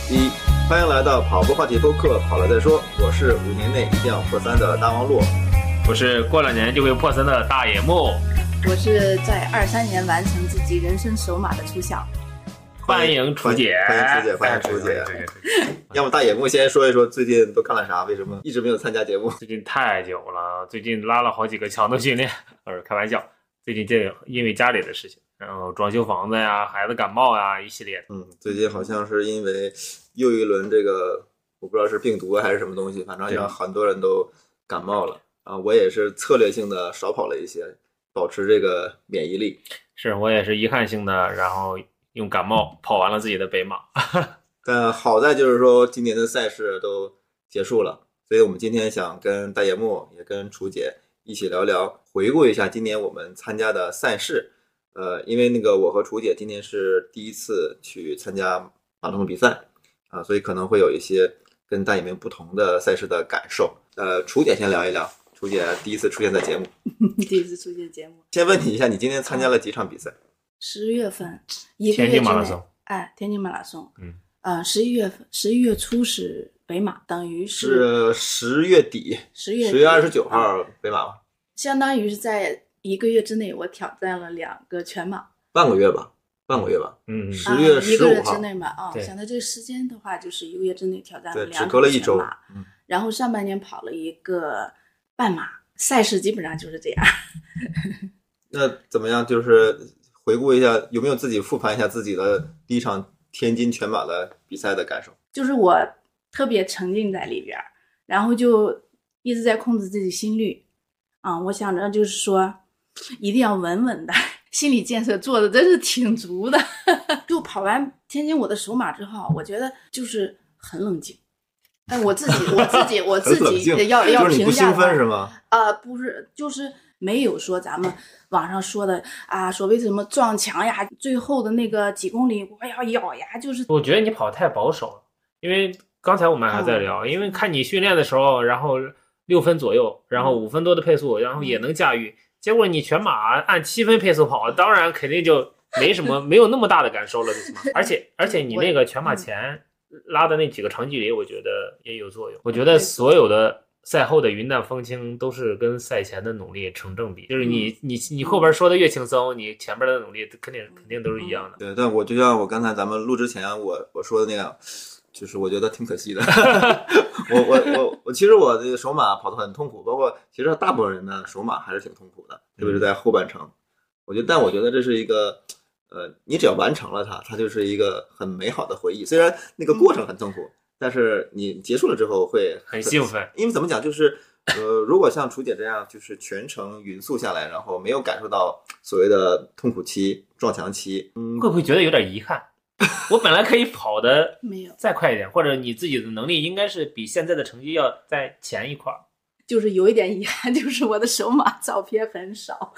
1，欢迎来到跑步话题播客，跑了再说。我是5年内一定要破3的大王洛， 我是过了年就会破3的大野木， 我是在23年完成自己人生首马的初晓。 欢迎楚姐， 欢迎楚姐。要么大野木先说一说最近都干了啥？为什么一直没有参加节目？ 最近太久了，最近拉了好几个强度训练，开玩笑。最近这因为家里的事情，然后装修房子呀，孩子感冒呀，一系列。 最近好像是因为又一轮这个，我不知道是病毒还是什么东西，反正让很多人都感冒了啊。我也是策略性的少跑了一些，保持这个免疫力。 是我也是遗憾性的，然后用感冒跑完了自己的北马。 但好在就是说今年的赛事都结束了，所以我们今天想跟大野木也跟楚姐一起聊聊，回顾一下今年我们参加的赛事。因为那个我和楚姐今年是第一次去参加马拉松比赛啊，所以可能会有一些跟大野木不同的赛事的感受。楚姐先聊一聊，楚姐第一次出现在节目。 第一次出现节目。 先问你一下，你今天参加了几场比赛 ？10月份一个月之内， 天津马拉松。 天津马拉松。11月初是北马，等于是 10月底，10月29号北马吧， 相当于是在1个月之内我挑战了2个全马。 半个月吧，10月15号 1个月之内嘛。想到这个时间的话，就是1个月之内挑战了2场全马。然后上半年跑了一个半马，赛事基本上就是这样。 那怎么样？就是回顾一下，有没有自己复盘一下自己的第一场天津全马的比赛的感受？ 就是我特别沉浸在里边，然后就一直在控制自己心率我想着就是说一定要稳稳的，心理建设做的真是挺足的。就跑完天津我的首马之后，我觉得就是很冷静。我自己要就是你不兴奋是吗？ 不是，就是没有说咱们网上说的所谓什么撞墙呀，最后的那个几公里我要咬牙，就是我觉得你跑太保守了。因为刚才我们还在聊，因为看你训练的时候，然后6分左右，然后5分多的配速，然后也能驾驭，结果你全马按7分配速跑，当然肯定就没有那么大的感受了，对吗？而且你那个全马前拉的那几个长距离，我觉得也有作用。我觉得所有的赛后的云淡风轻都是跟赛前的努力成正比，就是你后边说的越轻松，你前边的努力肯定都是一样的。 对，但我就像我刚才咱们录之前我说的那样，就是我觉得挺可惜的。我其实我这个首马跑得很痛苦，包括其实大部分人的首马还是挺痛苦的，特别是在后半程。但我觉得这是一个你只要完成了它就是一个很美好的回忆。虽然那个过程很痛苦，但是你结束了之后会很兴奋。 因为怎么讲，就是如果像楚姐这样，就是全程匀速下来，然后没有感受到所谓的痛苦期、撞墙期， 会不会觉得有点遗憾？我本来可以跑的没有再快一点，或者你自己的能力应该是比现在的成绩要在前一块。 就是有一点遗憾，就是我的首马照片很少，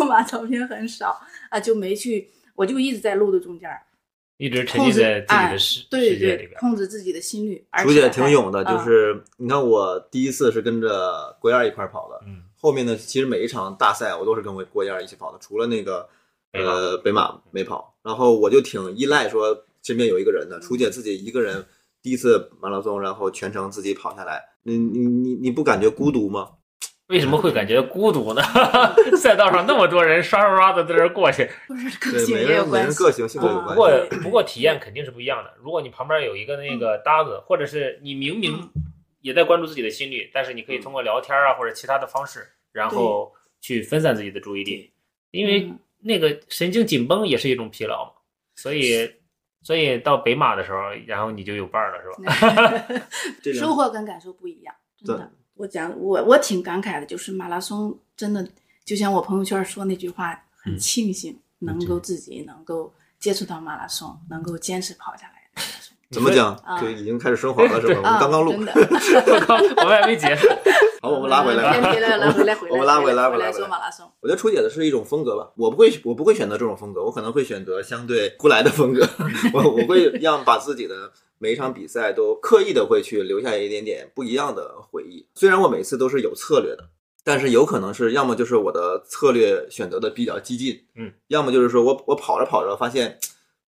就没去，我就一直在路的中间， 一直沉浸在自己的世界里边， 控制自己的心率。 楚姐挺勇的，就是你看我第一次是跟着郭燕一块跑的，后面呢其实每一场大赛我都是跟郭燕一起跑的，除了那个北马没跑，然后我就挺依赖说身边有一个人的。楚姐自己一个人第一次马拉松，然后全程自己跑下来，你不感觉孤独吗？ 为什么会感觉孤独呢？赛道上那么多人刷刷刷的在这过去， 不是个性也有关系， 每人个性性格有关系。 不过体验肯定是不一样的。如果你旁边有一个那个搭子，或者是你明明也在关注自己的心率，但是你可以通过聊天或者其他的方式，然后去分散自己的注意力，因为那个神经紧绷也是一种疲劳嘛。所以到北马的时候，然后你就有伴了，是吧？ 收获跟感受不一样，真的。我挺感慨的，就是马拉松真的就像我朋友圈说那句话，很庆幸能够自己能够接触到马拉松，能够坚持跑下来。 怎么讲？就已经开始升华了，是吧？我们刚刚录， 真的， 我们还没结束。 好，我们拉回来，我们拉回来说马拉松。 我觉得楚姐的是一种风格吧，我不会选择这种风格，我可能会选择相对胡来的风格。我会把自己的每一场比赛都刻意的会去留下一点点不一样的回忆。虽然我每次都是有策略的，但是有可能是要么就是我的策略选择的比较激进，要么就是说我跑着跑着发现不行，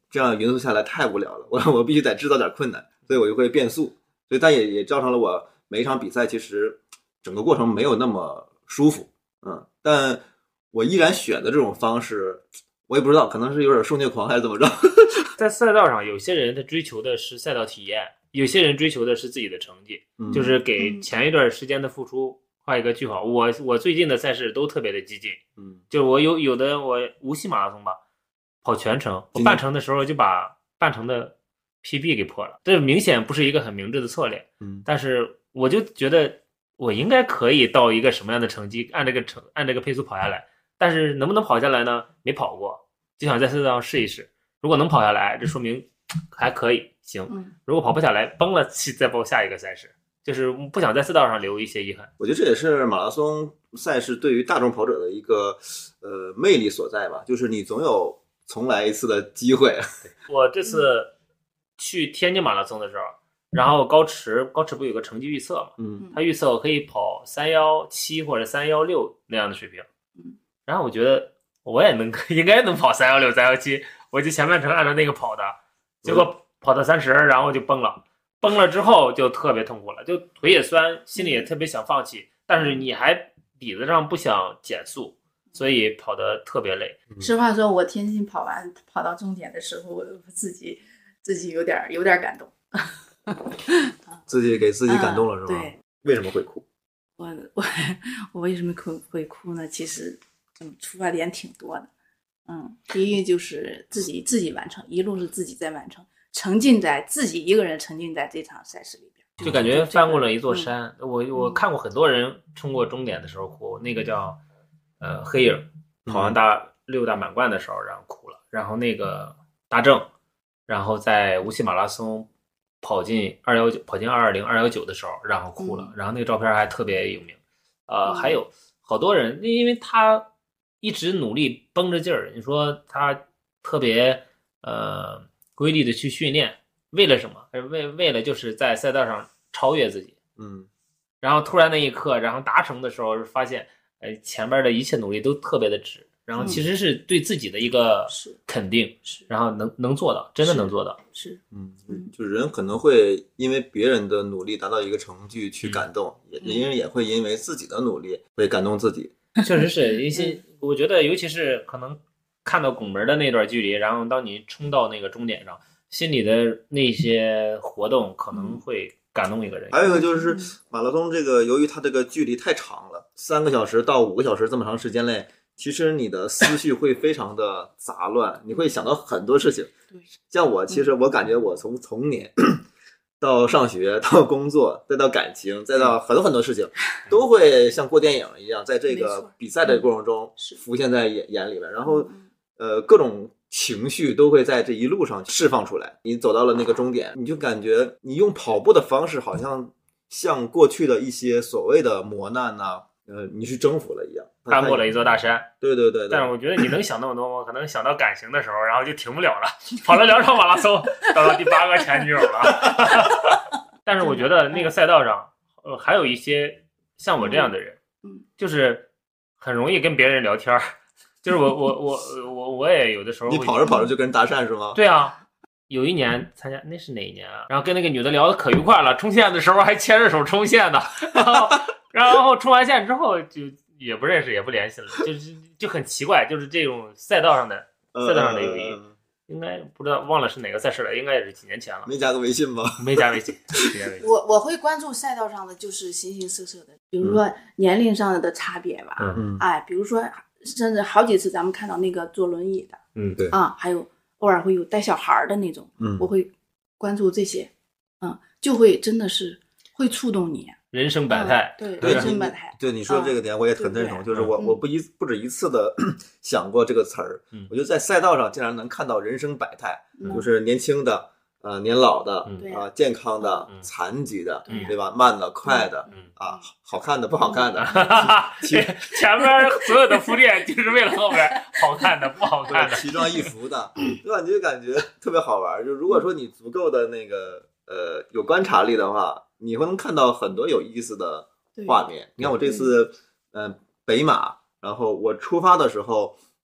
这样匀速下来太无聊了，我必须得制造点困难，所以我就会变速，所以但也造成了我每一场比赛其实整个过程没有那么舒服，但我依然选的这种方式，我也不知道，可能是有点受虐狂还是怎么着。 在赛道上，有些人他追求的是赛道体验，有些人追求的是自己的成绩，就是给前一段时间的付出画一个句号。我最近的赛事都特别的激进，就我有的我无锡马拉松吧，跑全程，我半程的时候就把半程的 PB 给破了，这明显不是一个很明智的策略。但是我就觉得我应该可以到一个什么样的成绩，按这个配速跑下来，但是能不能跑下来呢？没跑过，就想在赛道上试一试。如果能跑下来，这说明还可以行。如果跑不下来，崩了再报下一个赛事，就是不想在赛道上留一些遗憾。 我觉得这也是马拉松赛事对于大众跑者的一个魅力所在吧，就是你总有重来一次的机会。 我这次去天津马拉松的时候，然后高驰不有个成绩预测嘛？他预测我可以跑317或者316那样的水平。然后我觉得我也应该能跑316、317，我就前半程按照那个跑的，结果跑到30，然后就崩了。崩了之后就特别痛苦了，就腿也酸，心里也特别想放弃，但是你还底子上不想减速，所以跑得特别累。 实话说，我天津跑到终点的时候，我自己有点感动。 自己给自己感动了是吧？ 对。 为什么会哭？ 我为什么会哭呢？其实出发点挺多的。第一就是自己完成，一路是自己在完成，自己一个人沉浸在这场赛事里边， 就感觉翻过了一座山。我看过很多人冲过终点的时候哭，那个叫黑影跑完6大满贯的时候，然后哭了。然后那个大正，然后在无锡马拉松跑进219、跑进220、219的时候，然后哭了。然后那个照片还特别有名。还有好多人，因为他一直努力绷着劲儿，你说他特别规律的去训练，为了什么？为了就是在赛道上超越自己。然后突然那一刻，然后达成的时候，发现前边的一切努力都特别的值，然后其实是对自己的一个肯定，然后能做到，真的能做到。 就是人可能会因为别人的努力达到一个成绩去感动，人也会因为自己的努力会感动自己。 确实是一些，我觉得尤其是可能看到拱门的那段距离，然后当你冲到那个终点上，心里的那些活动可能会感动一个人。 还有一个就是马拉松这个，由于它这个距离太长了，3个小时到5个小时这么长时间内，其实你的思绪会非常的杂乱，你会想到很多事情。像我，其实我感觉我从童年到上学到工作再到感情再到很多事情，都会像过电影一样，在这个比赛的过程中浮现在眼里面，然后各种情绪都会在这一路上释放出来。你走到了那个终点，你就感觉你用跑步的方式好像过去的一些所谓的磨难呐，你去征服了一样， 翻过了一座大山。 对。 但是我觉得你能想那么多吗？可能想到感情的时候，然后就停不了了，跑了2场马拉松，到了第8个前女友了。但是我觉得那个赛道上，还有一些像我这样的人，就是很容易跟别人聊天。就是我也有的时候， 你跑着跑着就跟人搭讪是吗？ 对啊。有一年参加，那是哪一年啊？然后跟那个女的聊得可愉快了，冲线的时候还牵着手冲线呢。然后冲完线之后就也不认识也不联系了，就很奇怪，就是这种赛道上的友谊，应该不知道忘了是哪个赛事了，应该也是几年前了。 没加个微信吗？ 没加微信。 我会关注赛道上的就是形形色色的，比如说年龄上的差别吧，比如说甚至好几次咱们看到那个坐轮椅的， 对还有偶尔会有带小孩的那种，我会关注这些，就会真的是会触动你。 人生百态， 对人生百态。 对你说这个点我也很认同，就是我不止一次的想过这个词儿，我觉得在赛道上竟然能看到人生百态，就是年轻的、年老的、健康的、残疾的，对吧？慢的、快的，好看的、不好看的， 前面所有的铺垫就是为了后面好看的、不好看的， 奇装异服的，对吧？你就感觉特别好玩。就如果说你足够的那个有观察力的话，你会能看到很多有意思的画面。你看我这次北马，然后我出发的时候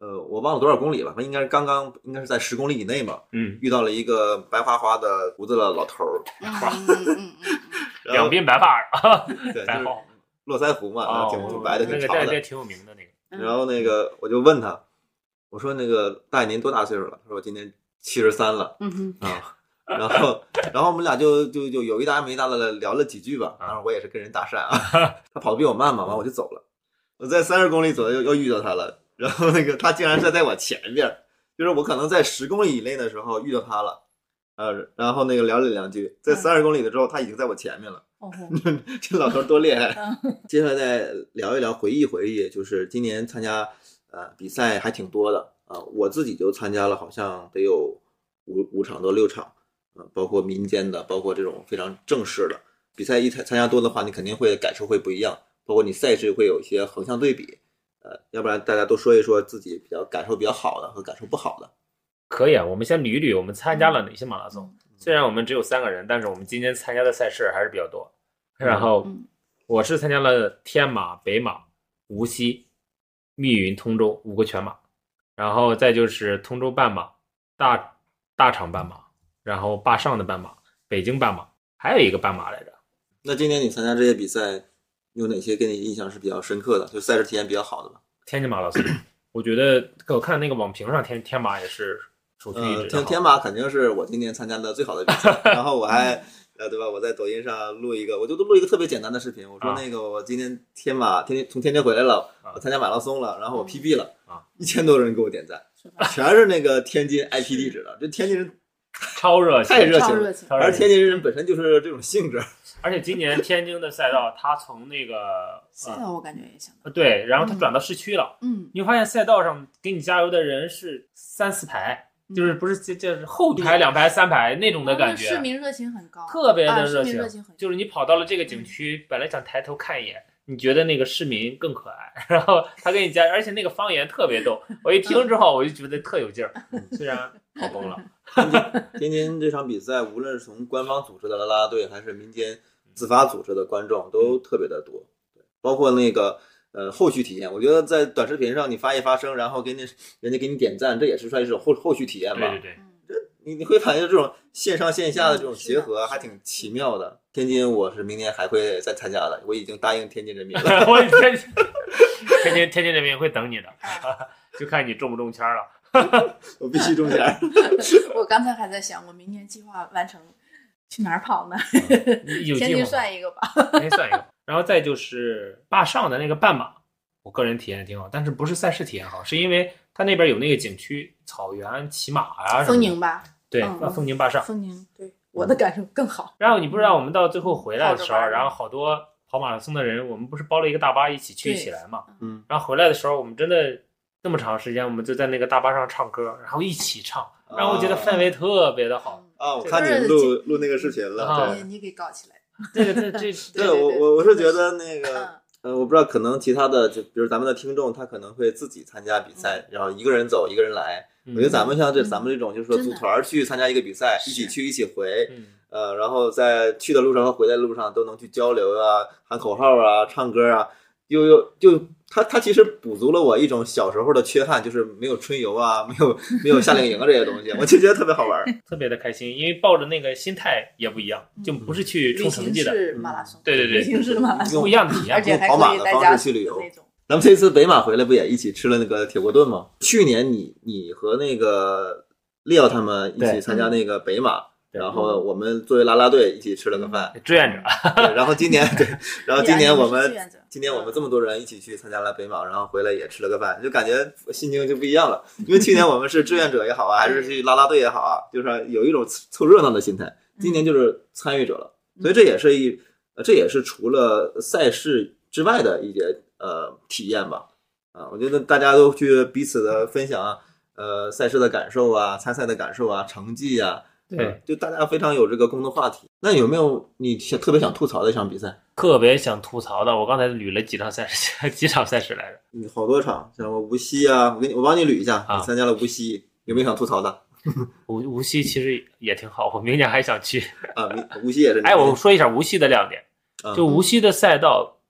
我忘了多少公里了，应该是应该是在10公里以内嘛。遇到了一个白花花的胡子的老头儿， 两鬓白发啊， 对，就是络腮胡嘛，挺白的，挺长的， 那个挺有名的那个。 然后那个我就问他，我说那个大爷您多大岁数了？他说我今年73了。然后我们俩就有一搭没一搭的聊了几句吧。当然我也是跟人搭讪啊，他跑得比我慢嘛，完我就走了。我在30公里左右又遇到他了，然后那个他竟然是在我前边，就是我可能在10公里以内的时候遇到他了，然后那个聊了2句，在30公里的时候他已经在我前面了。这老头多厉害！接下来再聊一聊，回忆回忆，就是今年参加比赛还挺多的啊，我自己就参加了，好像得有5场到6场，包括民间的，包括这种非常正式的比赛。一参加多的话，你肯定会感受会不一样，包括你赛事会有一些横向对比。要不然大家都说一说自己感受比较好的和感受不好的。 可以啊，我们先捋一捋我们参加了哪些马拉松。虽然我们只有3个人，但是我们今年参加的赛事还是比较多。然后我是参加了天马、北马、无锡、密云、通州5个全马，然后再就是通州半马、大厂半马，然后坝上的半马、北京半马，还有一个半马来着。 那今年你参加这些比赛有哪些给你印象是比较深刻的，就赛事体验比较好的吧？ 天津马拉松我觉得我看那个网评上天马也是首屈一指。 天马肯定是我今年参加的最好的比赛。然后我还对吧？我在抖音上录一个，我就录一个特别简单的视频。我说那个我今天从天津回来了，我参加马拉松了，然后我 PB 了，1000多人给我点赞，全是那个天津 IP 地址的。这天津人超热情， 太热情了，而天津人本身就是这种性质。 而且今年天津的赛道，它从那个赛道我感觉也相当对，然后它转到市区了。你会发现赛道上给你加油的人是3-4排。就是不是就是后排2排3排那种的感觉， 市民热情很高， 特别的热情， 就是你跑到了这个景区，本来想抬头看一眼，你觉得那个市民更可爱，然后他给你加，而且那个方言特别逗，我一听之后我就觉得特有劲儿，虽然跑崩了。 天津这场比赛，无论是从官方组织的啦啦队，还是民间自发组织的观众，都特别的多，包括那个。后续体验，我觉得在短视频上你发一发声，然后人家给你点赞，这也是算一种后续体验吧。 对， 你会发现这种线上线下的这种结合还挺奇妙的。天津我是明年还会再参加的，我已经答应天津人民了。 我天津人民会等你的，就看你中不中签了。 我必须中签。 我刚才还在想，我明年计划完成去哪儿跑呢？天津算一个吧， 天津算一个。然后再就是坝上的那个半马，我个人体验挺好，但是不是赛事体验好，是因为它那边有那个景区草原骑马啊什么的。 丰宁吧， 对，丰宁坝上。 丰宁，对，我的感受更好。 然后你不知道我们到最后回来的时候，然后好多跑马拉松的人，我们不是包了一个大巴一起来嘛？然后回来的时候，我们真的那么长时间，我们就在那个大巴上唱歌，然后一起唱，然后我觉得氛围特别的好。 我看你录那个视频了， 你给搞起来。 对， 我是觉得那个我不知道，可能其他的就比如咱们的听众，他可能会自己参加比赛，然后一个人走一个人来。我觉得咱们像咱们这种就是说组团去参加一个比赛，一起去一起回，然后在去的路上和回来的路上都能去交流啊，喊口号啊，唱歌啊，就他其实补足了我一种小时候的缺憾，就是没有春游啊，没有夏令营啊这些东西，我就觉得特别好玩， 特别的开心，因为抱着那个心态也不一样，就不是去冲成绩的。 旅行式马拉松， 对， 旅行式马拉松不一样的体验， 而且还用跑马的方式去旅游。咱们这次北马回来不也一起吃了那个铁锅炖吗？去年你和那个利奥他们一起参加那个北马。然后我们作为啦啦队一起吃了个饭， 志愿者。 对，然后今年我们这么多人一起去参加了北马，然后回来也吃了个饭，就感觉心情就不一样了。因为去年我们是志愿者也好啊，还是去啦啦队也好啊，就是有一种凑热闹的心态。今年就是参与者了，所以这也是除了赛事之外的一些体验吧。我觉得大家都去彼此的分享赛事的感受啊，参赛的感受啊，成绩啊。 对， 就大家非常有这个共同话题。那有没有你特别想吐槽的一场比赛？ 特别想吐槽的，我刚才捋了几场赛事来着。 好多场，像无锡啊，我帮你捋一下。你参加了无锡，有没有想吐槽的？ 无锡其实也挺好，我明年还想去无锡也是。 我说一下无锡的亮点，就无锡的赛道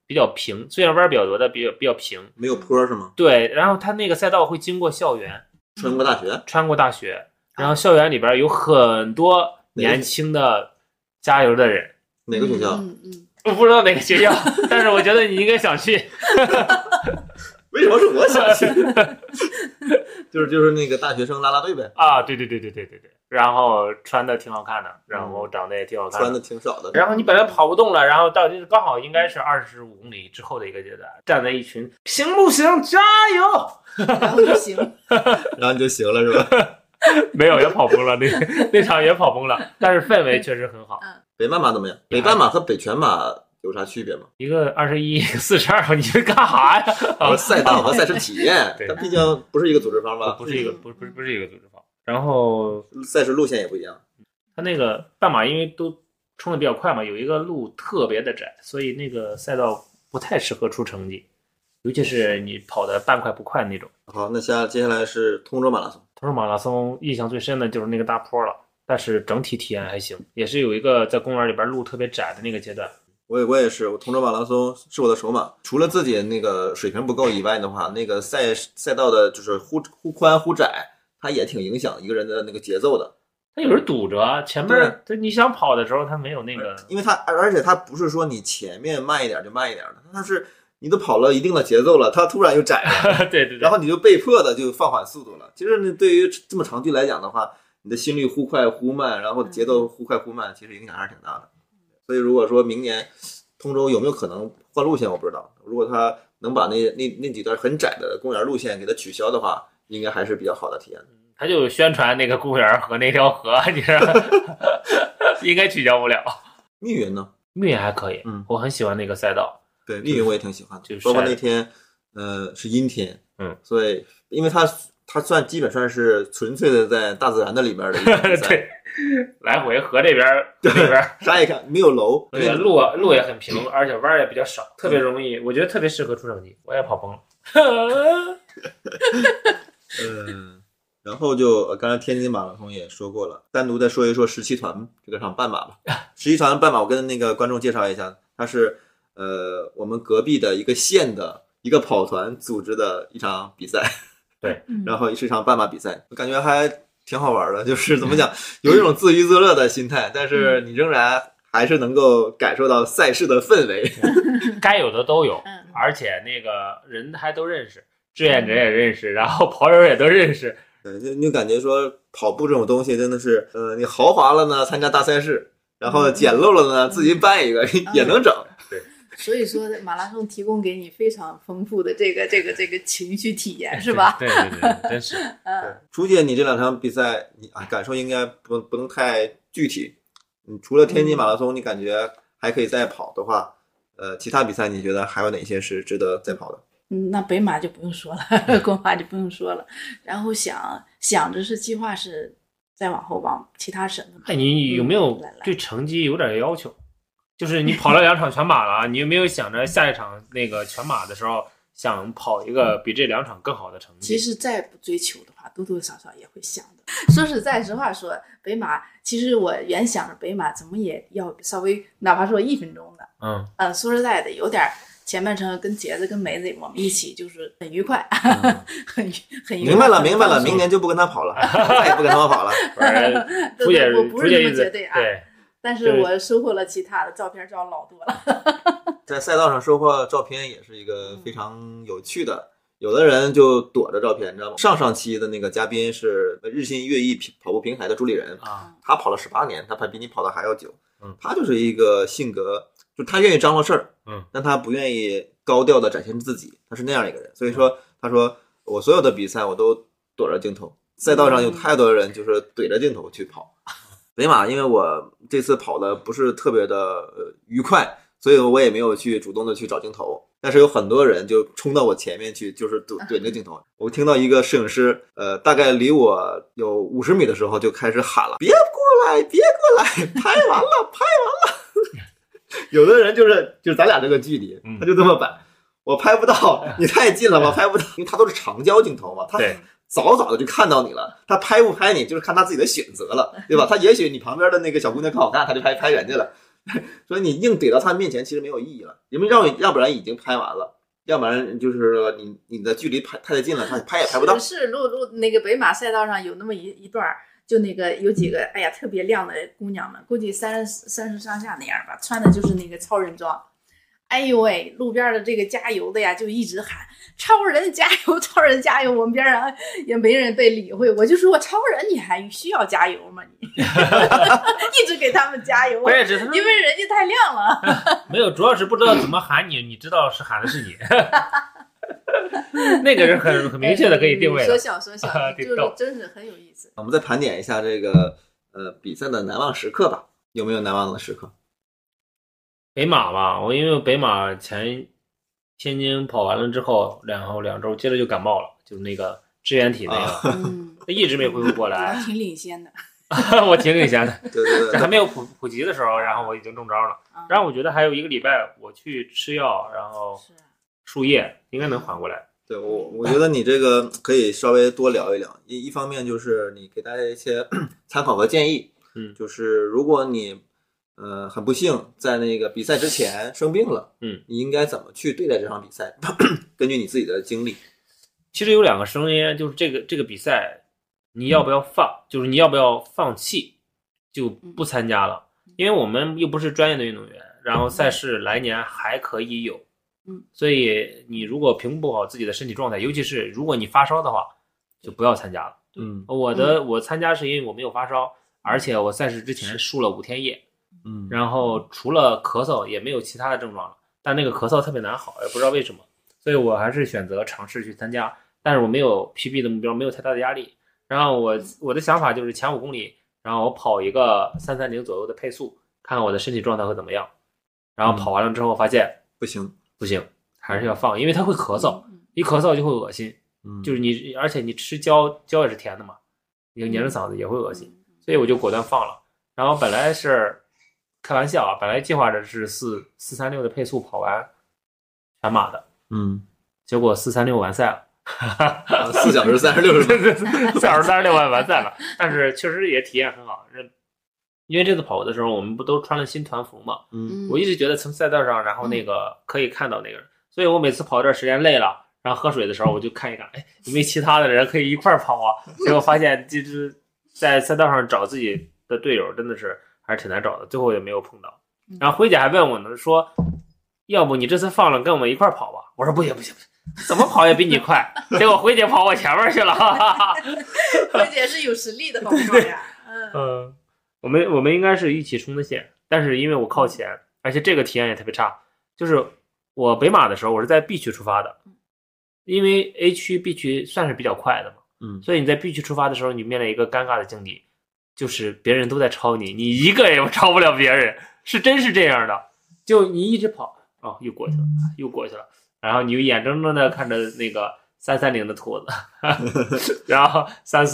比较平，虽然弯比较多，但比较平， 没有坡是吗？ 对，然后它那个赛道会经过校园， 穿过大学， 穿过大学，然后校园里边有很多年轻的加油的人。 哪个学校？ 我不知道哪个学校，但是我觉得你应该想去。 为什么是我想去？就是那个大学生啦啦队呗。 啊，对，然后穿的挺好看的，然后长得也挺好看的， 穿的挺少的。 然后你本来跑不动了，然后到就是刚好应该是25公里之后的一个阶段，站在一群行不行？加油！ 然后就行， 然后你就行了是吧？ 没有，也跑崩了，那场也跑崩了，但是氛围确实很好。 北半马怎么样？北半马和北全马有啥区别吗？ 一个21，一个42，你这干啥呀？ 赛道和赛事体验，它毕竟不是一个组织方吧？ 不是一个组织方。然后赛事路线也不一样。 它那个半马因为都冲的比较快嘛，有一个路特别的窄，所以那个赛道不太适合出成绩，尤其是你跑的半快不快那种。 好，那接下来是通州马拉松。 通州马拉松印象最深的就是那个大坡了，但是整体体验还行，也是有一个在公园里边路特别窄的那个阶段。 我也是，我通州马拉松是我的首马，除了自己那个水平不够以外的话，那个赛道的就是忽宽忽窄，它也挺影响一个人的那个节奏的。 它有人堵着，前面你想跑的时候它没有那个， 因为而且它不是说你前面慢一点就慢一点的，它是你都跑了一定的节奏了，它突然又窄了， 对， 然后你就被迫的就放缓速度了。其实呢，对于这么长距来讲的话，你的心率忽快忽慢，然后节奏忽快忽慢，其实影响还是挺大的。所以如果说明年通州有没有可能换路线，我不知道。如果他能把那几段很窄的公园路线给它取消的话，应该还是比较好的体验。 他就宣传那个公园和那条河，你说应该取消不了。 密云呢？ 密云还可以，我很喜欢那个赛道。 对，密云我也挺喜欢的， 就是包括那天，是阴天，所以因为它基本上是纯粹的在大自然的里边的一个比赛， 对，来回河这边啥也看没有楼， 对，路也很平，而且弯也比较少，特别容易，我觉得特别适合出成绩，我也跑崩了。 然后就刚才天津马拉松也说过了，单独再说一说17团这个场半马吧。17团半马我跟那个观众介绍一下，它是我们隔壁的一个县的一个跑团组织的一场比赛， 对， 然后是一场半马比赛，我感觉还挺好玩的，就是怎么讲，有一种自娱自乐的心态，但是你仍然还是能够感受到赛事的氛围， 该有的都有，而且那个人还都认识，志愿者也认识，然后跑友也都认识。 对，就感觉说跑步这种东西真的是，你豪华了呢，参加大赛事，然后简陋了呢，自己办一个也能整。对， 所以说马拉松提供给你非常丰富的这个情绪体验，是吧？ 对，真是。 朱姐，你这两场比赛，你感受应该不能太具体。你除了天津马拉松，你感觉还可以再跑的话，其他比赛你觉得还有哪些是值得再跑的？ 那北马就不用说了，公马就不用说了。然后想着是计划是再往后往其他省。 那你有没有对成绩有点要求？就是你跑了2场全马了，你有没有想着下一场那个全马的时候想跑一个比这2场更好的成绩？ 其实再不追求的话，多多少少也会想的。说实话说，北马其实我原想着北马怎么也要稍微哪怕说1分钟的，说实在的有点。前半程跟杰子跟梅子我们一起就是很愉快，很愉快。 明白了，明年就不跟他跑了，再也不跟他们跑了。 我不是这么绝对啊， 对。 但是我收获了其他的照片，照老多了。 在赛道上收获照片也是一个非常有趣的。有的人就躲着照片，你知道吗？上期的那个嘉宾是日新月异跑步平台的主理人他跑了18年，他比你跑的还要久。他就是一个性格。就他愿意张罗事儿，但他不愿意高调的展现自己，他是那样一个人。所以说，他说我所有的比赛我都躲着镜头，赛道上有太多人就是怼着镜头去跑。北马因为我这次跑的不是特别的愉快，所以我也没有去主动的去找镜头。但是有很多人就冲到我前面去，就是怼那个镜头。我听到一个摄影师，大概离我有50米的时候就开始喊了：“别过来，别过来，拍完了，拍完了。”有的人就是咱俩这个距离，他就这么摆，我拍不到，你太近了，我拍不到，因为他都是长焦镜头嘛，他早的就看到你了，他拍不拍你就是看他自己的选择了，对吧？他也许你旁边的那个小姑娘更好看，他就拍人家了， 所以你硬怼到他面前其实没有意义了，因为要不然已经拍完了，要不然就是你的距离太近了，他拍也拍不到。 是那个北马赛道上有那么一段，就那个有几个哎呀特别亮的姑娘们，估计30上下那样吧，穿的就是那个超人装。哎呦喂，路边的这个加油的呀，就一直喊超人加油，超人加油。我们边上也没人被理会，我就说超人你还需要加油吗？你一直给他们加油，因为人家太亮了。 没有，主要是不知道怎么喊你，你知道是喊的是你。那个是很明确的可以定位的。 说笑，就是真是很有意思。 我们再盘点一下这个比赛的难忘时刻吧，有没有难忘的时刻？ 北马吧，我因为北马天津跑完了之后，然后2周接着就感冒了，就是那个支原体那个，一直没恢复过来。 挺领先的。 我挺领先的， 对， 这还没有普及的时候，然后我已经中招了。然后我觉得还有1个礼拜我去吃药，然后输液应该能缓过来。 对，我觉得你这个可以稍微多聊一聊，一方面就是你给大家一些参考和建议，就是如果你很不幸在那个比赛之前生病了，你应该怎么去对待这场比赛？根据你自己的经历。 其实有2个声音，就是这个比赛你要不要放，就是你要不要放弃就不参加了，因为我们又不是专业的运动员，然后赛事来年还可以有，所以你如果评估不好自己的身体状态，尤其是如果你发烧的话，就不要参加了。我参加是因为我没有发烧，而且我赛事之前输了5天液，然后除了咳嗽也没有其他的症状了，但那个咳嗽特别难好，也不知道为什么，所以我还是选择尝试去参加，但是我没有 PB 的目标，没有太大的压力。然后我的想法就是前5公里，然后我跑一个330左右的配速，看看我的身体状态会怎么样。然后跑完了之后发现不行， 还是要放，因为它会咳嗽，一咳嗽就会恶心，就是而且你吃胶也是甜的嘛，你黏着嗓子也会恶心，所以我就果断放了。然后本来是开玩笑啊，本来计划着是436的配速跑完全马的，结果436完赛了。 4小时36分 ，4小时36分完赛了，但是确实也体验很好。因为这次跑的时候，我们不都穿了新团服嘛？我一直觉得从赛道上，然后那个可以看到那个人，所以我每次跑一段时间累了，然后喝水的时候，我就看一看，哎，有没有其他的人可以一块跑啊？结果发现就是在赛道上找自己的队友，真的是还是挺难找的，最后也没有碰到。然后辉姐还问我呢，说要不你这次放了跟我们一块跑吧？我说不行，怎么跑也比你快。结果辉姐跑我前面去了。 辉姐是有实力的，好不好呀？ 我们应该是一起冲的线，但是因为我靠前，而且这个体验也特别差。就是我北马的时候，我是在 B 区出发的，因为 A 区 B 区算是比较快的嘛，所以你在 B 区出发的时候，你面临一个尴尬的境地，就是别人都在超你，你一个也超不了别人，真是这样的。就你一直跑，又过去了，然后你就眼睁睁的看着那个330的兔子，然后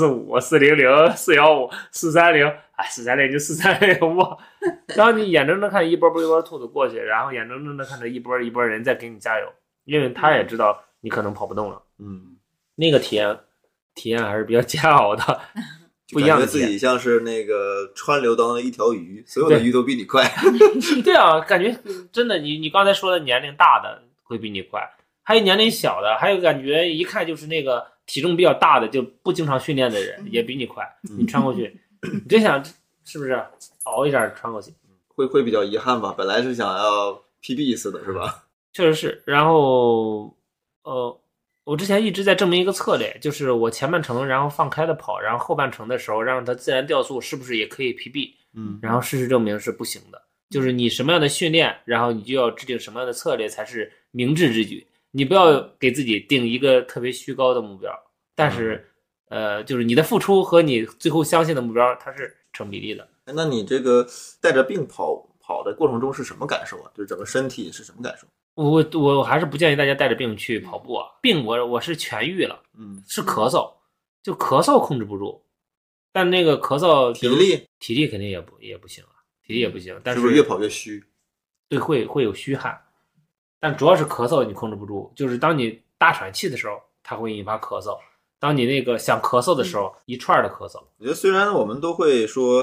345、400、415、430，哎，430就430吧。然后你眼睁睁看一波兔子过去，然后眼睁睁的看着一波人在给你加油，因为他也知道你可能跑不动了。那个体验还是比较煎熬的，不一样的体验。 感觉自己像是那个川流当的一条鱼，所有的鱼都比你快。 对啊，感觉真的，你刚才说的年龄大的会比你快。还有年龄小的，还有感觉一看就是那个体重比较大的，就不经常训练的人也比你快。你穿过去，你真想是不是熬一下穿过去？ 会比较遗憾吧？本来是想要 PB 一次的，是吧？ 确实是。然后我之前一直在证明一个策略，就是我前半程然后放开的跑，然后后半程的时候让它自然掉速，是不是也可以 PB？然后事实证明是不行的。就是你什么样的训练，然后你就要制定什么样的策略才是明智之举。你不要给自己定一个特别虚高的目标，但是就是你的付出和你最后相信的目标它是成比例的。 那你这个带着病跑的过程中是什么感受啊？就是整个身体是什么感受？ 我还是不建议大家带着病去跑步啊。病我是痊愈了，是咳嗽，就咳嗽控制不住，但那个咳嗽体力肯定也不行啊，体力也不行，但是不是越跑越虚？ 对，会有虚汗。但主要是咳嗽你控制不住，就是当你大喘气的时候，它会引发咳嗽；当你那个想咳嗽的时候，一串的咳嗽。 我觉得虽然我们都会说，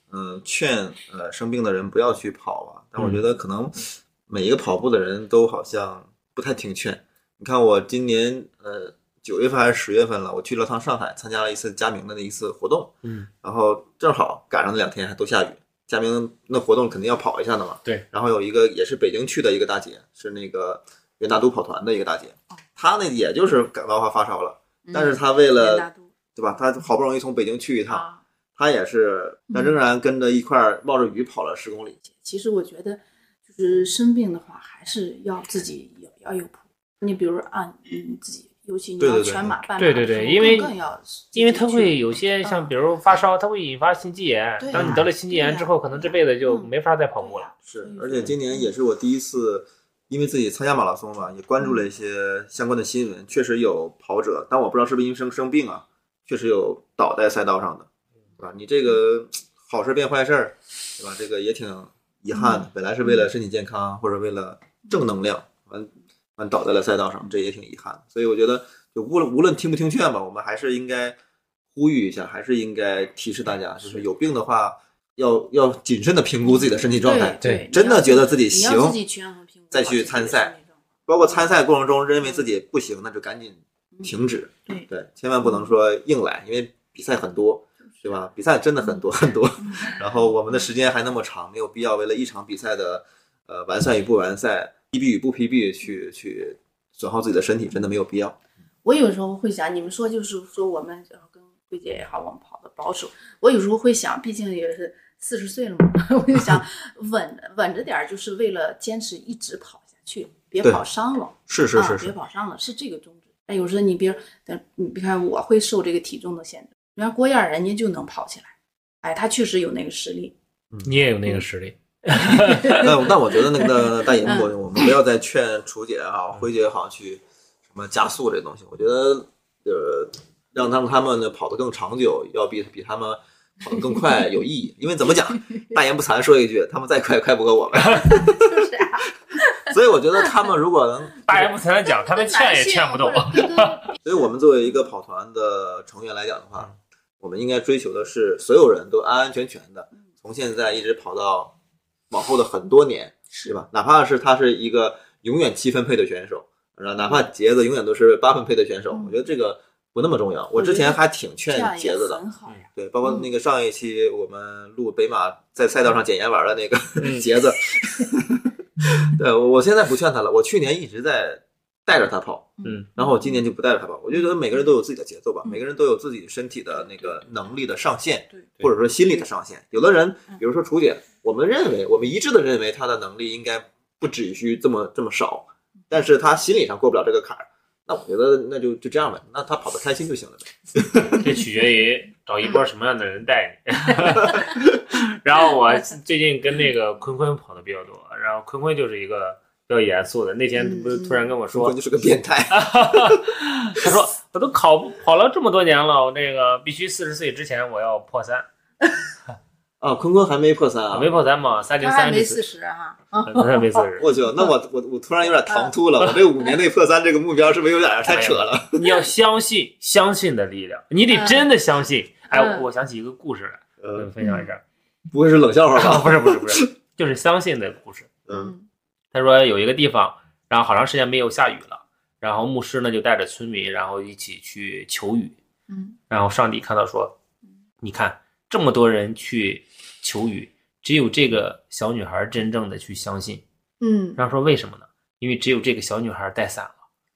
劝生病的人不要去跑啊，但我觉得可能每一个跑步的人都好像不太听劝。你看我今年9月份还是10月份了，我去了趟上海，参加了一次佳明的一次活动，然后正好赶上那2天还都下雨，佳明那活动肯定要跑一下的嘛。 对。 然后有一个也是北京去的一个大姐，是那个元大都跑团的一个大姐，她那也就是感冒发烧了，但是她为了对吧，她好不容易从北京去一趟，她也是但仍然跟着一块冒着雨跑了10公里。 其实我觉得就是生病的话，还是要自己要有谱。你比如按你自己。尤其你要全马半马， 对，因为它会有些像比如发烧，它会引发心肌炎。当你得了心肌炎之后，可能这辈子就没法再跑步了。 是，而且今年也是我第一次，因为自己参加马拉松嘛，也关注了一些相关的新闻，确实有跑者，但我不知道是不是因为生病啊，确实有倒在赛道上的，对吧？你这个好事变坏事，对吧？这个也挺遗憾的，本来是为了身体健康或者为了正能量，完倒在了赛道上，这也挺遗憾。所以我觉得，就无论听不听劝吧，我们还是应该呼吁一下，还是应该提示大家，就是有病的话，要谨慎的评估自己的身体状态。 对， 真的觉得自己行， 再去参赛。包括参赛过程中认为自己不行，那就赶紧停止。对，千万不能说硬来，因为比赛很多，对吧？比赛真的很多很多，然后我们的时间还那么长，没有必要为了一场比赛的完赛与不完赛。PB 与不 PB 去损耗自己的身体，真的没有必要。 我有时候会想，你们说就是说我们跟慧姐也好，我们跑的保守。我有时候会想，毕竟也是40岁了嘛，我就想稳着点，就是为了坚持一直跑下去，别跑伤了。 是， 别跑伤了，是这个宗旨。哎，有时候你别看我会受这个体重的限制，你看郭燕人家就能跑起来，哎，他确实有那个实力。 你也有那个实力。 那我觉得那个大荧幕，我们不要再劝楚姐也好，辉姐也好去什么加速这东西。我觉得让他们跑得更长久，要比他们跑得更快有意义。因为怎么讲，大言不惭说一句，他们再快不过我们。 就是啊。 所以我觉得他们如果能大言不惭的讲，他们劝也劝不动。 所以我们作为一个跑团的成员来讲的话，我们应该追求的是所有人都安安全全的，从现在一直跑到往后的很多年，对吧？哪怕是他是一个永远7分配的选手，哪怕杰子永远都是8分配的选手，我觉得这个不那么重要。我之前还挺劝杰子的，对，包括那个上一期我们录北马在赛道上捡盐丸的那个杰子，对，我现在不劝他了。我去年一直在带着他跑，然后我今年就不带着他跑。我觉得每个人都有自己的节奏吧，每个人都有自己身体的那个能力的上限，或者说心理的上限。有的人，比如说楚姐，我们一致的认为他的能力应该不止于这么少，但是他心理上过不了这个坎儿。那我觉得那就这样呗，那他跑得开心就行了呗。 这取决于找一波什么样的人带你。然后我最近跟那个坤跑的比较多，然后坤就是一个比较严肃的。那天不是突然跟我说， 坤就是个变态。 他说我都跑了这么多年了，我那个必须40岁之前我要破3。 啊，坤还没破3啊？ 没破3嘛，303。 他还没40啊？ 他还没40。 我去，那我突然有点唐突了。我这5年内破3这个目标是不是有点太扯了？ 你要相信的力量，你得真的相信。哎，我想起一个故事来，跟你分享一下。 不会是冷笑话吧？ 不是，就是相信的故事。他说有一个地方，然后好长时间没有下雨了，然后牧师呢就带着村民，然后一起去求雨。然后上帝看到说，你看这么多人去求雨，只有这个小女孩真正的去相信。然后说为什么呢？因为只有这个小女孩带伞了。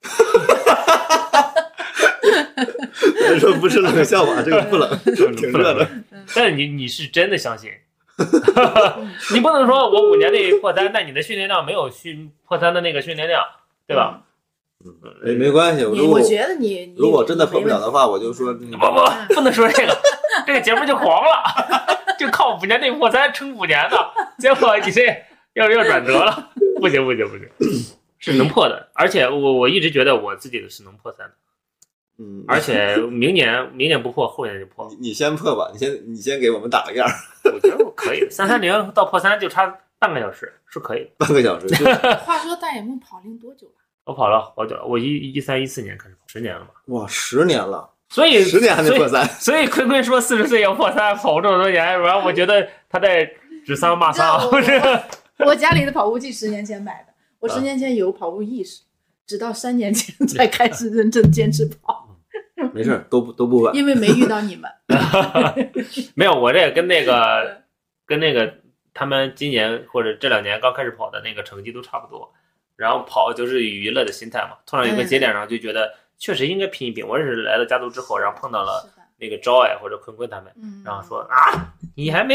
他说不是冷笑话，这个不冷，挺热的。 但是你是真的相信。你不能说我5年内破3，但你的训练量没有破3的那个训练量，对吧？ 没关系。 我觉得如果真的破不了的话，我就说不能说这个，这个节目就黄了，就靠5年内破3撑5年的，结果你这要转折了，不行，是能破的，而且我一直觉得我自己是能破3的。而且明年不破，后年就破。 你先破吧，你先给我们打个样。 我觉得我可以，330到破3就差半个小时，是可以的。 半个小时。 话说大眼梦跑龄多久了？ 我跑了好久了，我13、14年开始跑，10年了吧？ 哇，10年了。 所以 10年还没破3。 所以坤坤说40岁要破3，跑这么多年，然后我觉得他在指桑骂梢，不是？ 我家里的跑步机10年前买的，我10年前有跑步意识，直到3年前才开始认真坚持跑。 没事，都不晚， 因为没遇到你们。 没有，我这跟那个他们今年或者这2年刚开始跑的那个成绩都差不多，然后跑就是以娱乐的心态嘛。突然有个节点上就觉得确实应该拼一拼。我也是来到加州之后，然后碰到了那个Joy或者坤坤他们，然后说啊，你还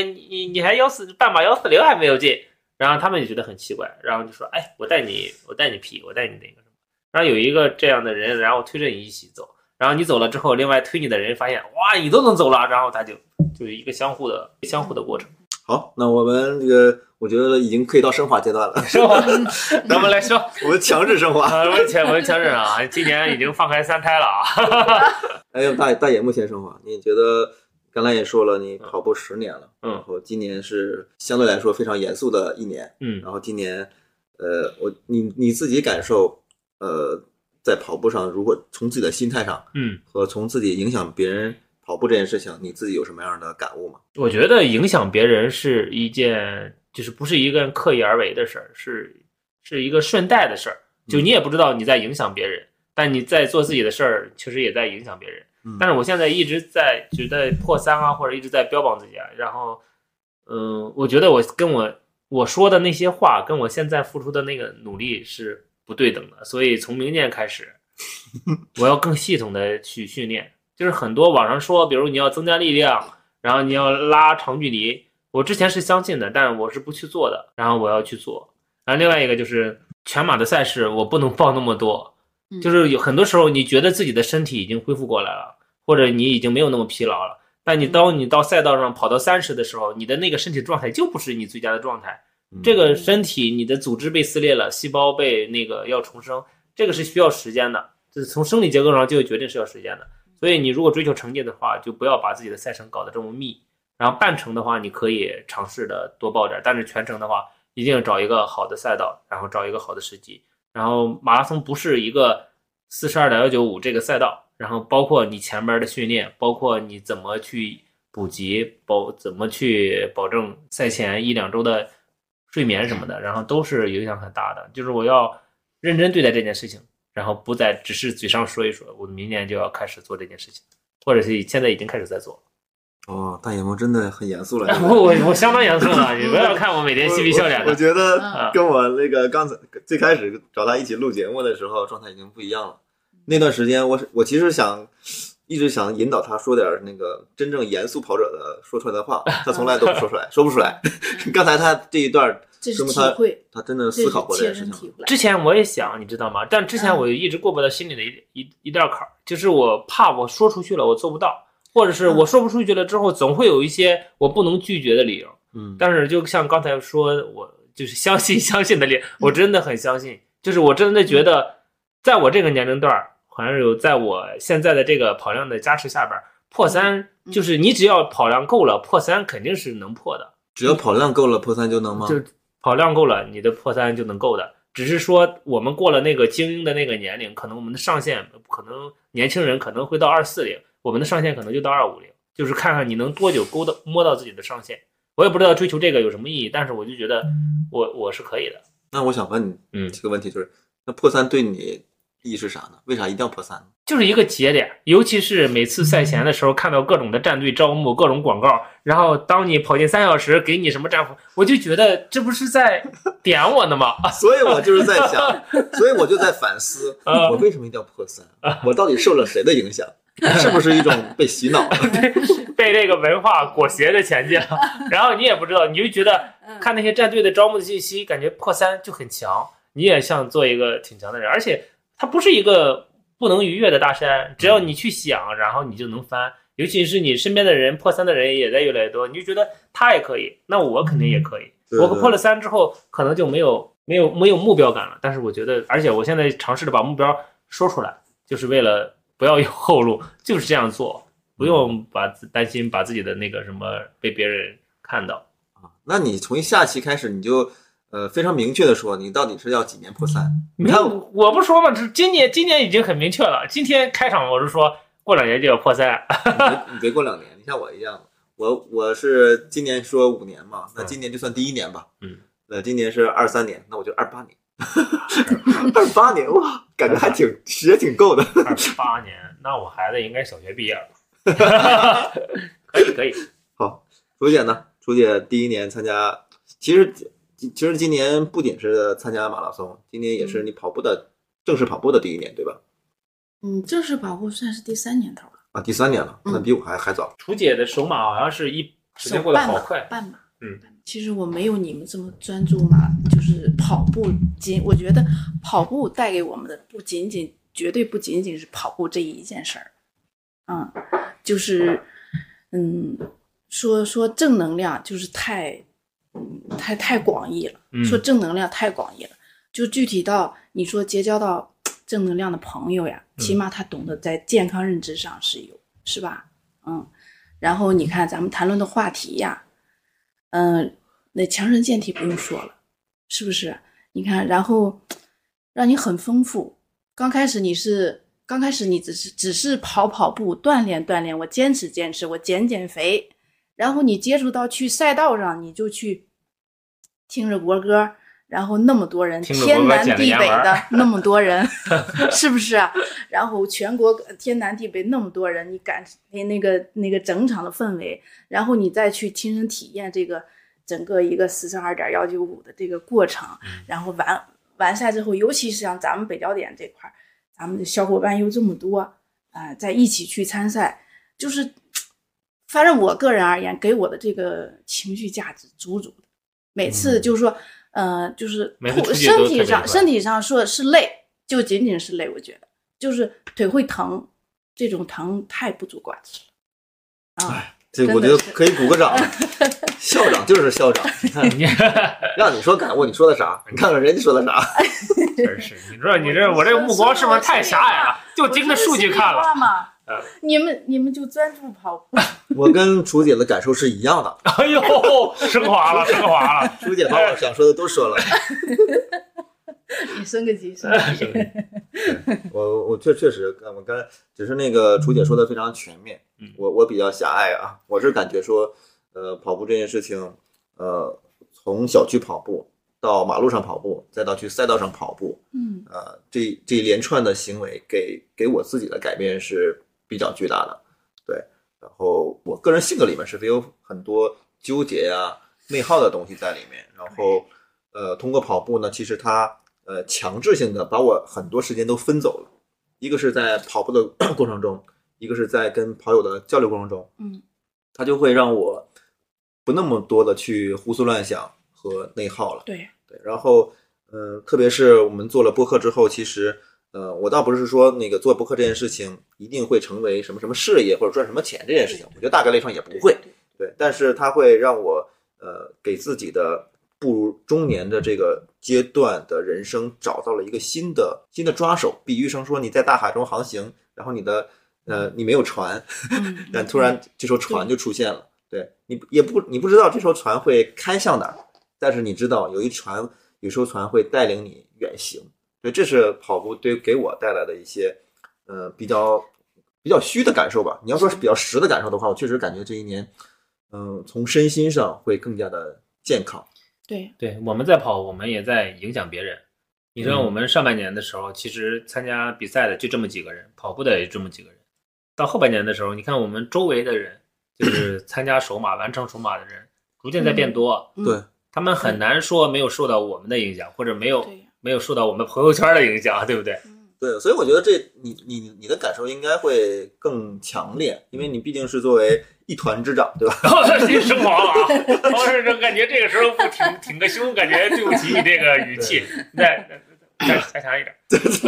140半马140还没有进，然后他们也觉得很奇怪，然后就说，哎，我带你劈，我带你那个什么。然后有一个这样的人，然后推着你一起走。然后你走了之后，另外推你的人发现，哇，你都能走了，然后他就是一个相互的过程。 好，那我们这个我觉得已经可以到升华阶段了。 升华，咱们来说， 我们强制升华。 我们强制啊！今年已经放开3胎了啊！ 哎，大野目前升华，你觉得刚才也说了，你跑步10年了，然后今年是相对来说非常严肃的一年，然后今年，你自己感受，在跑步上，如果从自己的心态上，和从自己影响别人跑步这件事情，你自己有什么样的感悟吗？ 我觉得影响别人是一件，就是不是一个刻意而为的事儿，是一个顺带的事儿。就你也不知道你在影响别人，但你在做自己的事儿，确实也在影响别人。但是我现在一直在破3啊，或者一直在标榜自己啊。然后，我觉得我跟我说的那些话，跟我现在付出的那个努力是不对等的，所以从明年开始，我要更系统的去训练。就是很多网上说，比如你要增加力量，然后你要拉长距离，我之前是相信的，但是我是不去做的，然后我要去做。然后另外一个就是全马的赛事，我不能报那么多，就是有很多时候你觉得自己的身体已经恢复过来了，或者你已经没有那么疲劳了，但当你到赛道上跑到30的时候，你的那个身体状态就不是你最佳的状态。这个身体你的组织被撕裂了，细胞被那个要重生，这个是需要时间的，就是从生理结构上就决定是要时间的。所以你如果追求成绩的话，就不要把自己的赛程搞得这么密。然后半程的话，你可以尝试的多报点，但是全程的话，一定要找一个好的赛道，然后找一个好的时机。然后马拉松不是一个42.195这个赛道，然后包括你前面的训练，包括你怎么去补给，怎么去保证赛前1-2周的睡眠什么的，然后都是影响很大的。就是我要认真对待这件事情，然后不再只是嘴上说一说，我明年就要开始做这件事情，或者是现在已经开始在做。 哦，大野梦真的很严肃了。 我相当严肃了，你不要看我每天嬉皮笑脸的。 我觉得跟我那个刚才最开始找他一起录节目的时候，状态已经不一样了。那段时间我其实一直想引导他说点那个真正严肃跑者的说出来的话，他从来都不说出来，说不出来。刚才他这一段， 这是体会，他真的思考过这件事情。 之前我也想，你知道吗？但之前我一直过不到心里的一道坎儿，就是我怕我说出去了，我做不到。或者是我说不出去了之后，总会有一些我不能拒绝的理由。但是就像刚才说，我就是相信的理由，我真的很相信。就是我真的觉得，在我这个年龄段，好像有在我现在的这个跑量的加持下边，破3就是你只要跑量够了，破3肯定是能破的。 只要跑量够了，破3就能吗？ 就跑量够了，你的破3就能够的。只是说我们过了那个精英的那个年龄，可能我们的上限，可能年轻人可能会到240。我们的上限可能就到250，就是看看你能多久摸到自己的上限。我也不知道追求这个有什么意义，但是我就觉得我是可以的。 那我想问你，这个问题就是，那破3对你意义是啥呢？为啥一定要破3呢？ 就是一个节点，尤其是每次赛前的时候，看到各种的战队招募、各种广告，然后当你跑进3小时，给你什么战服，我就觉得这不是在点我呢吗？ 所以我就是在想，所以我就在反思，我为什么一定要破3？我到底受了谁的影响？是不是一种被洗脑被这个文化裹挟着前进了？然后你也不知道，你就觉得看那些战队的招募的信息，感觉破3就很强，你也想做一个挺强的人，而且它不是一个不能逾越的大山，只要你去想，然后你就能翻。尤其是你身边的人破3的人也在越来越多，你就觉得他也可以，那我肯定也可以。我破了3之后，可能就没有目标感了。但是我觉得，而且我现在尝试着把目标说出来，就是为了不要有后路，就是这样做，不用担心把自己的那个什么被别人看到啊。那你从下期开始，你就非常明确的说，你到底是要几年破3？你看， 我不说嘛，今年已经很明确了。今天开场我是说， 过2年就要破3。 你别过2年，你像我一样，我是今年说5年嘛，那今年就算第1年吧。那今年是23年，那我就28年。28年哇，感觉还时间挺够的。 28年，那我孩子应该小学毕业了。可以。 好，楚姐呢？楚姐第1年参加，其实今年不仅是参加马拉松，今年也是你正式跑步的第1年，对吧？ 正式跑步算是第3年头了。 啊，第3年了，那比我还早。 楚姐的首马好像是时间过得好快， 半马。其实我没有你们这么专注嘛，就是跑步。我觉得跑步带给我们的绝对不仅仅是跑步这一件事儿。就是说正能量就是太广义了。说正能量太广义了，就具体到你说结交到正能量的朋友呀，起码他懂得在健康认知上是吧？然后你看咱们谈论的话题呀，那强身健体不用说了，是不是？你看，然后让你很丰富。刚开始你只是跑步锻炼，我坚持，我减肥。然后你接触到去赛道上，你就去听着国歌，然后那么多人，天南地北的那么多人，是不是啊？然后全国天南地北那么多人，你感那个整场的氛围，然后你再去亲身体验这个整个一个42.195的这个过程，然后完赛之后，尤其是像咱们北焦点这块，咱们的小伙伴又这么多在一起去参赛，就是反正我个人而言，给我的这个情绪价值足的。每次就是说就是身体上说是累，就仅仅是累，我觉得就是腿会疼，这种疼太不足挂齿了这我觉得可以鼓个掌。校长就是校长，你看让你说感悟，你说的啥？你看看人家说的啥？ 真是，你说我这个目光是不是太狭隘了？就盯着数据看了。 你们就专注跑步。 我跟楚姐的感受是一样的。 哎呦，升华了。 楚姐把我想说的都说了。 你升个级。 我确实，我刚才只是那个楚姐说的非常全面。我比较狭隘啊，我是感觉说，跑步这件事情，从小区跑步到马路上跑步，再到去赛道上跑步，这一连串的行为给我自己的改变是比较巨大的，对。然后我个人性格里面是有很多纠结呀、内耗的东西在里面。然后通过跑步呢，其实它强制性的把我很多时间都分走了。一个是在跑步的过程中，一个是在跟跑友的交流过程中，它就会让我不那么多的去胡思乱想和内耗了。 对。 然后特别是我们做了播客之后，其实我倒不是说那个做播客这件事情一定会成为什么什么事业或者赚什么钱这件事情，我觉得大概率上也不会。对，但是它会让我给自己的步入中年的这个阶段的人生找到了一个新的抓手。比喻成说你在大海中航行，然后你没有船，但突然这艘船就出现了。对，你不知道这艘船会开向哪儿，但是你知道有艘船会带领你远行。对，这是跑步给我带来的一些比较虚的感受吧。你要说是比较实的感受的话，我确实感觉这一年从身心上会更加的健康。 对，我们在跑，我们也在影响别人。你说我们上半年的时候，其实参加比赛的就这么几个人，跑步的也这么几个人。到后半年的时候，你看我们周围的人，就是参加首马、完成首马的人，逐渐在变多。 对， 他们很难说没有受到我们的影响，或者没有受到我们朋友圈的影响，对不对？ 对，所以我觉得你的感受应该会更强烈，因为你毕竟是作为一团之长，对吧？ 你升华了啊！我是感觉这个时候不挺个胸，感觉对不起你这个语气。再强一点。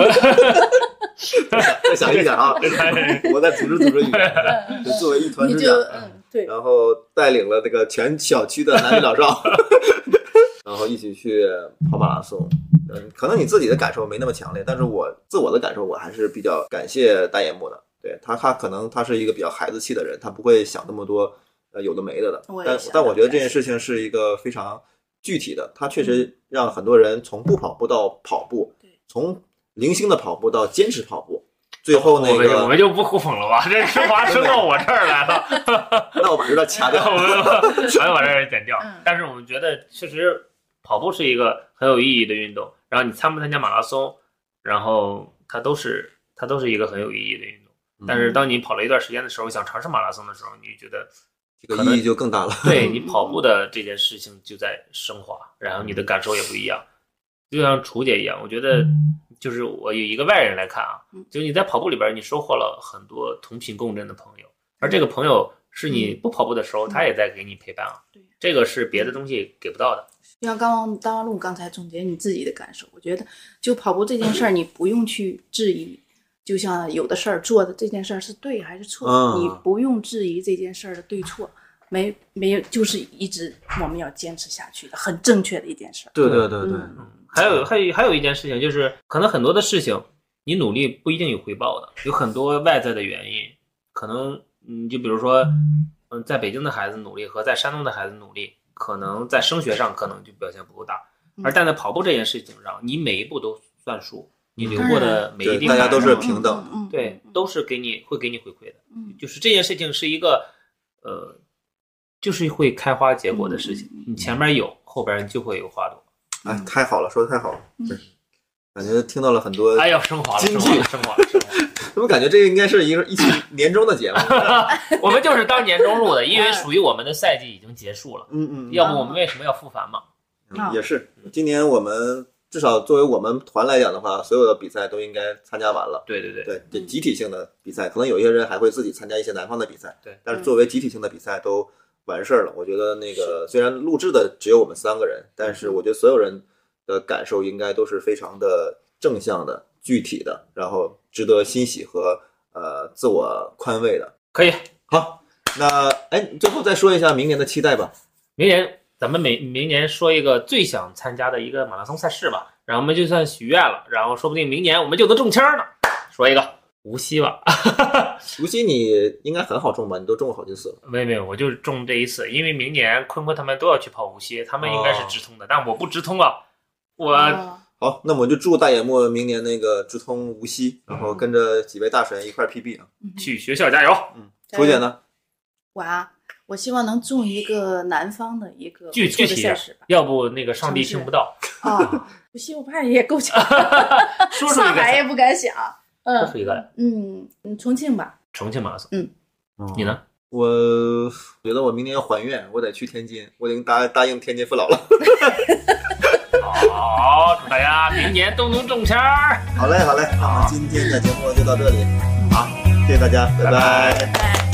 再想一点啊！我再组织语言，就作为一团之长， 对， 然后带领了这个全小区的男女老少，然后一起去跑马拉松。可能你自己的感受没那么强烈，但是我自我的感受，我还是比较感谢大野木的。对，他可能他是一个比较孩子气的人，他不会想那么多有的没的。但我觉得这件事情是一个非常具体的，他确实让很多人从不跑步到跑步，从零星的跑步到坚持跑步， 最后那个我们就不互捧了吧，这升华升到我这儿来了。 那我把这段掐掉， 我们把这儿剪掉。但是我们觉得确实跑步是一个很有意义的运动，然后你参不参加马拉松，然后它都是一个很有意义的运动。但是当你跑了一段时间的时候，想尝试马拉松的时候，你觉得这个意义就更大了。 对，你跑步的这件事情就在升华，然后你的感受也不一样。就像楚姐一样，我觉得就是我有一个外人来看啊，就你在跑步里边，你收获了很多同频共振的朋友，而这个朋友是你不跑步的时候，他也在给你陪伴啊。 对， 这个是别的东西给不到的。 就像大陆刚才总结你自己的感受，我觉得就跑步这件事儿，你不用去质疑，就像有的事儿做的这件事儿是对还是错，你不用质疑这件事儿的对错。没有，就是一直我们要坚持下去的，很正确的一件事。 对。 还有一件事情就是，可能很多的事情你努力不一定有回报的，有很多外在的原因。可能就比如说，在北京的孩子努力和在山东的孩子努力，可能在升学上可能就表现不够大，而但在跑步这件事情上，你每一步都算数，你流过的每一滴， 大家都是平等， 对，都是会给你回馈的。就是这件事情是一个就是会开花结果的事情，你前面有，后边就会有花朵。 哎，太好了，说的太好了，感觉听到了很多哎呀，升华了， 金句， 升华了。 怎么感觉这个应该是一期年终的节目？ 我们就是当年终录的，因为属于我们的赛季已经结束了。要不我们为什么要复盘嘛？ 也是，今年我们至少作为我们团来讲的话，所有的比赛都应该参加完了。 对， 这集体性的比赛，可能有些人还会自己参加一些南方的比赛。 对， 但是作为集体性的比赛都完事儿了。我觉得那个虽然录制的只有我们3个人，但是我觉得所有人的感受应该都是非常的正向的、具体的，然后值得欣喜和自我宽慰的。 可以， 好，那最后再说一下明年的期待吧。 明年咱们明年说一个最想参加的一个马拉松赛事吧，然后我们就算许愿了，然后说不定明年我们就能中签了。说一个无锡吧。 无锡你应该很好中吧？你都中过好几次了。 没有，我就中这一次，因为明年坤坤他们都要去跑无锡，他们应该是直通的，但我不直通啊。 好，那我们就祝大野墨明年那个直通无锡，然后跟着几位大神一块 PB 啊， 去学校加油。 楚姐呢？ 我希望能中一个南方的一个具体赛事吧， 要不那个上帝听不到啊。无锡我怕也够呛， 说出一个上海也不敢想。 说出一个来。 重庆吧。 重庆马拉松。你呢？ 我觉得我明年要还愿，我得去天津，我已经答应天津父老了。 好，祝大家明年都能中签儿。 好嘞，那我们今天的节目就到这里。好，谢谢大家，拜拜。